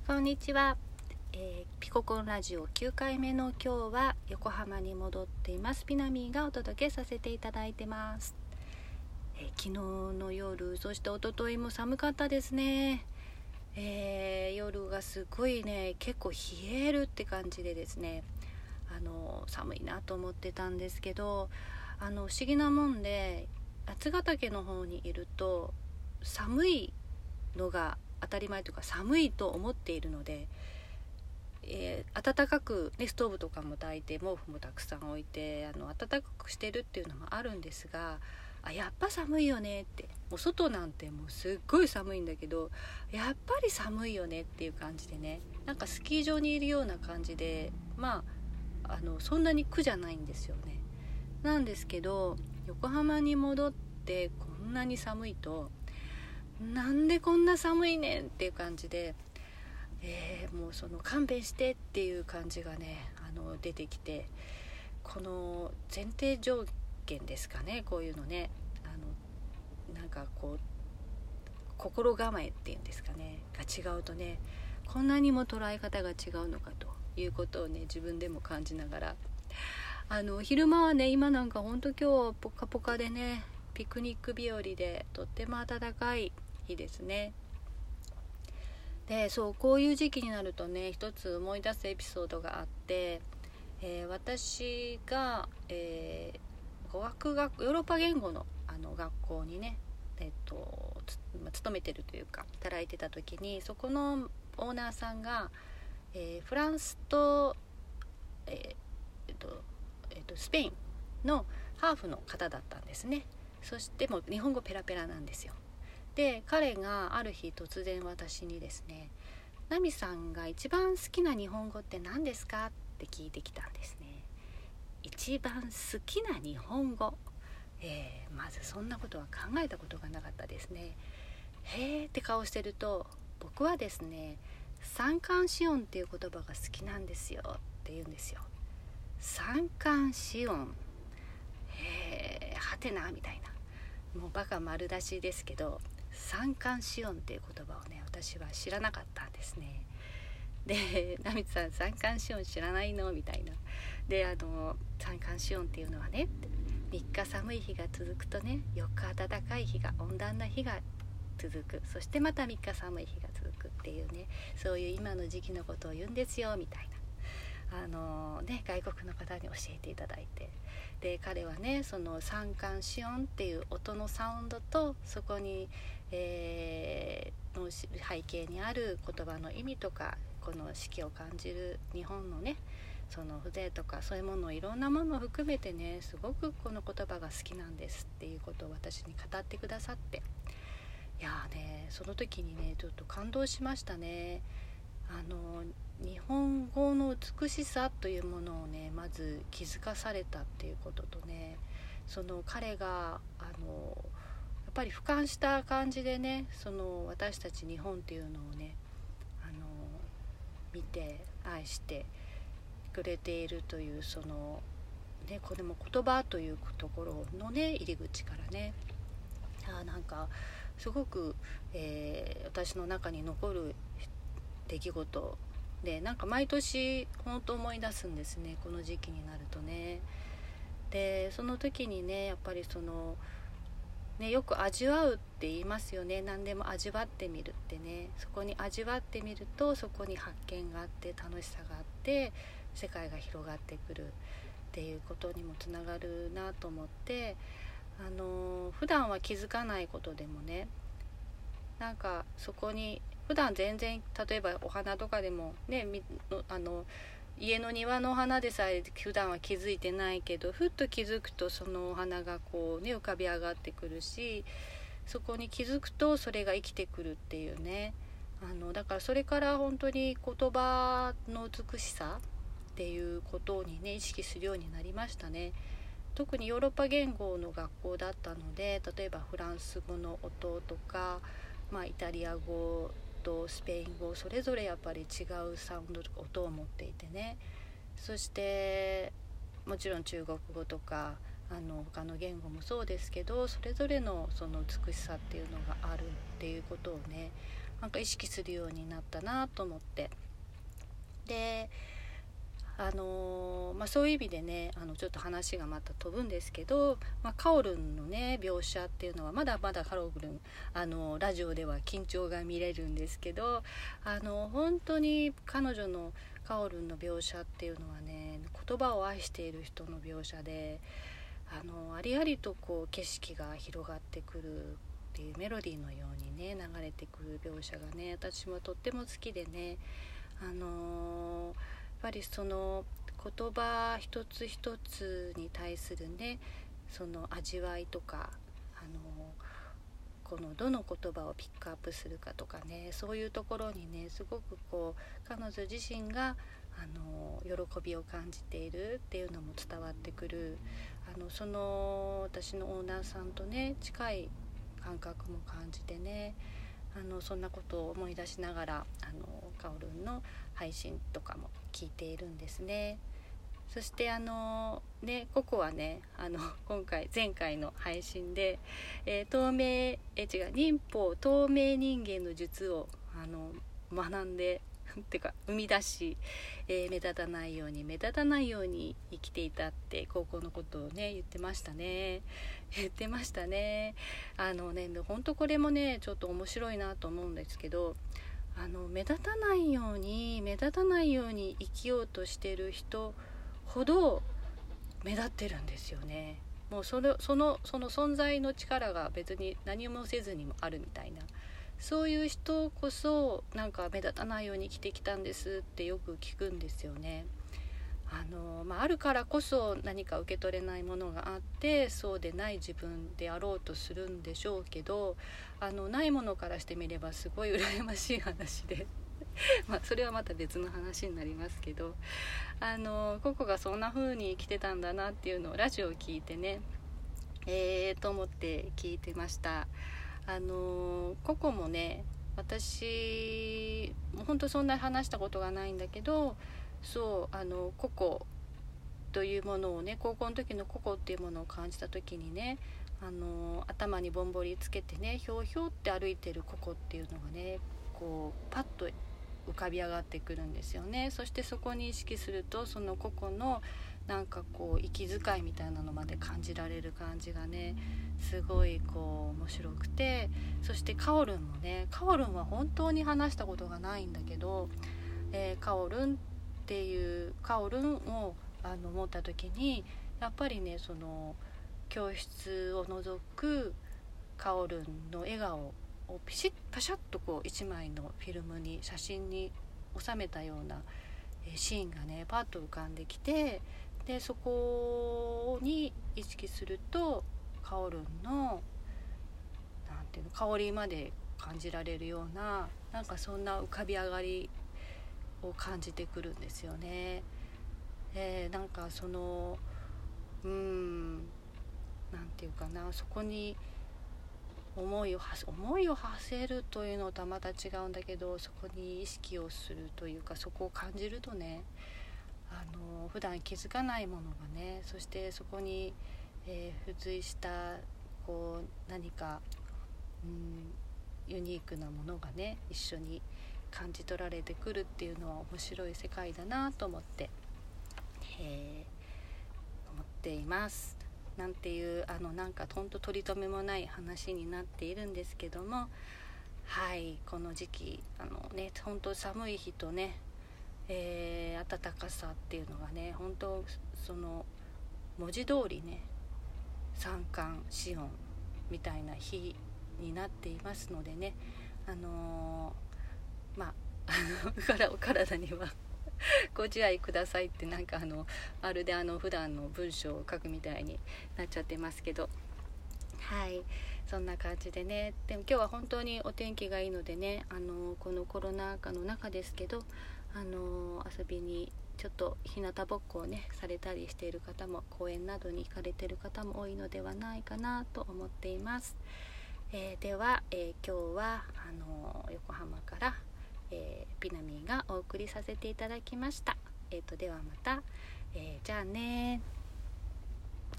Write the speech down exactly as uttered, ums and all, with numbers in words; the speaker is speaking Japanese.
こんにちは、えー、ピココンラジオきゅうかいめの今日は横浜に戻っていますピナミーがお届けさせていただいてます。えー、昨日の夜、そして一昨日も寒かったですね。えー、夜がすごいね、結構冷えるって感じでですね、あの寒いなと思ってたんですけど、あの不思議なもんで八ヶ岳の方にいると寒いのが当たり前というか、寒いと思っているので、えー、暖かく、ね、ストーブとかも焚いて毛布もたくさん置いてあの暖かくしてるっていうのもあるんですが、あやっぱ寒いよねって、もう外なんてもうすっごい寒いんだけどやっぱり寒いよねっていう感じでね、なんかスキー場にいるような感じで、まああのそんなに苦じゃないんですよね。なんですけど横浜に戻ってこんなに寒いと、なんでこんな寒いねんっていう感じで、えー、もうその勘弁してっていう感じがね、あの出てきて、この前提条件ですかね、こういうのね、あのなんかこう心構えっていうんですかねが違うとね、こんなにも捉え方が違うのかということをね、自分でも感じながら、あの昼間はね、今なんかほんと今日ポカポカでね、ピクニック日和でとっても暖かい日ですね。でそうこういう時期になるとね、一つ思い出すエピソードがあって、えー、私が、えー、語学学ヨーロッパ言語の、あの学校にね、えっとつ、まあ、勤めてるというか働いてた時に、そこのオーナーさんが、えー、フランスと、えーえっとえっと、スペインのハーフの方だったんですね。そしてもう日本語ペラペラなんですよ。で彼がある日突然私にですね、ナミさんが一番好きな日本語って何ですかって聞いてきたんですね。一番好きな日本語、えー、まずそんなことは考えたことがなかったですね。へーって顔してると、僕はですね、三寒四温っていう言葉が好きなんですよって言うんですよ。三寒四温、へーはてなみたいな、もうバカ丸出しですけど、三寒四温っていう言葉をね、私は知らなかったんですね。で、ナミさん三寒四温知らないのみたいな。で、あの三寒四温っていうのはね、みっか寒い日が続くとね、よっか暖かい日が、温暖な日が続く、そしてまたみっか寒い日が続くっていうね、そういう今の時期のことを言うんですよみたいな、あのね、外国の方に教えていただいて、で彼はね、その三寒四温っていう音のサウンドと、そこに、えー、の背景にある言葉の意味とか、この四季を感じる日本のね、その風情とか、そういうものをいろんなものを含めてね、すごくこの言葉が好きなんですっていうことを私に語ってくださって、いやーね、その時にね、ちょっと感動しましたね。あの日本語の美しさというものをね、まず気づかされたっていうこととね、その彼があのやっぱり俯瞰した感じでね、その私たち日本っていうのをね、あの見て愛してくれているという、そのね、これも言葉というところのね、入り口からね、あなんかすごく、えー、私の中に残る出来事で、なんか毎年本当思い出すんですね、この時期になるとね。でその時にね、やっぱりそのね、よく味わうって言いますよね。何でも味わってみるってね、そこに味わってみると、そこに発見があって、楽しさがあって、世界が広がってくるっていうことにもつながるなと思って、あの普段は気づかないことでもね、なんかそこに普段全然、例えばお花とかでもね、あの家の庭のお花でさえ普段は気づいてないけど、ふっと気づくとそのお花がこうね、浮かび上がってくるし、そこに気づくとそれが生きてくるっていうね、あのだからそれから本当に言葉の美しさっていうことにね、意識するようになりましたね。特にヨーロッパ言語の学校だったので、例えばフランス語の音とか、まあ、イタリア語とスペイン語、それぞれやっぱり違うサウンドとか音を持っていてね、そしてもちろん中国語とかあの他の言語もそうですけど、それぞれのその美しさっていうのがあるっていうことをね、 なんか意識するようになったなと思って、であのーまあ、そういう意味でね、あのちょっと話がまた飛ぶんですけど、まあ、カオルンのね描写っていうのはまだまだカオルンあのラジオでは緊張が見れるんですけど、あの本当に彼女のカオルンの描写っていうのはね、言葉を愛している人の描写で、あのありありとこう景色が広がってくるっていうメロディーのようにね流れてくる描写がね、私もとっても好きでね、あのーやっぱりその言葉一つ一つに対するね、その味わいとか、あのこのどの言葉をピックアップするかとかね、そういうところにねすごくこう彼女自身があの喜びを感じているっていうのも伝わってくる、あのその私のオーナーさんとね近い感覚も感じてね、あのそんなことを思い出しながらあのカオルンの配信とかも聞いているんですね。そしてあのねココはね、あの今回前回の配信で、えー、透明え違う忍法透明人間の術をあの学んでってか生み出し、えー、目立たないように目立たないように生きていたって高校のことをね言ってましたね言ってましたね。あのね本当これもねちょっと面白いなと思うんですけど、あの目立たないように目立たないように生きようとしてる人ほど目立ってるんですよね。もうそのそのその存在の力が別に何もせずにもあるみたいな、そういう人こそなんか目立たないように生きてきたんですってよく聞くんですよね。あの、まあ、あるからこそ何か受け取れないものがあって、そうでない自分であろうとするんでしょうけど、あのないものからしてみればすごい羨ましい話でまあそれはまた別の話になりますけど、あのココがそんな風に生きてたんだなっていうのをラジオを聞いてね、えーと思って聞いてました。あのココもね、私本当そんな話したことがないんだけど、そうあのココというものをね、高校の時のココっていうものを感じた時にね、あの頭にぼんぼりつけてねひょうひょうって歩いてるココっていうのがねこうパッと浮かび上がってくるんですよね。そしてそこに意識すると、そのココのなんかこう息遣いみたいなのまで感じられる感じがねすごいこう面白くて、そしてカオルンもね、カオルンは本当に話したことがないんだけど、えー、カオルンっていうカオルンをあの持った時にやっぱりね、その教室を覗くカオルンの笑顔をピシッパシャッとこう一枚のフィルムに写真に収めたようなシーンがねパッと浮かんできて、でそこに意識するとカオルンのなんていうの香りまで感じられるような、なんかそんな浮かび上がりを感じてくるんですよね。えー、なんかそのうーんなんていうかな、そこに思いをは思いを馳せるというのとはまた違うんだけど、そこに意識をするというか、そこを感じるとね、あの普段気づかないものがね、そしてそこに、えー、付随したこう何か、うん、ユニークなものがね一緒に感じ取られてくるっていうのは面白い世界だなと思って、えー、思っています。なんていうあのなんかほんと取り留めもない話になっているんですけども、はい、この時期あのね本当寒い日とね、えー、暖かさっていうのがね本当その文字通りね三寒四温みたいな日になっていますのでね、あのー、まあお体にはご自愛くださいって、なんかあのまるであの普段の文章を書くみたいになっちゃってますけど、はい、そんな感じでね。でも今日は本当にお天気がいいのでね、あのこのコロナ禍の中ですけど、あの遊びにちょっと日向ぼっこをねされたりしている方も、公園などに行かれている方も多いのではないかなと思っています。えー、では、えー、今日はあの横浜から、えー、ピナミーがお送りさせていただきました。えーと、ではまた、えー、じゃあね。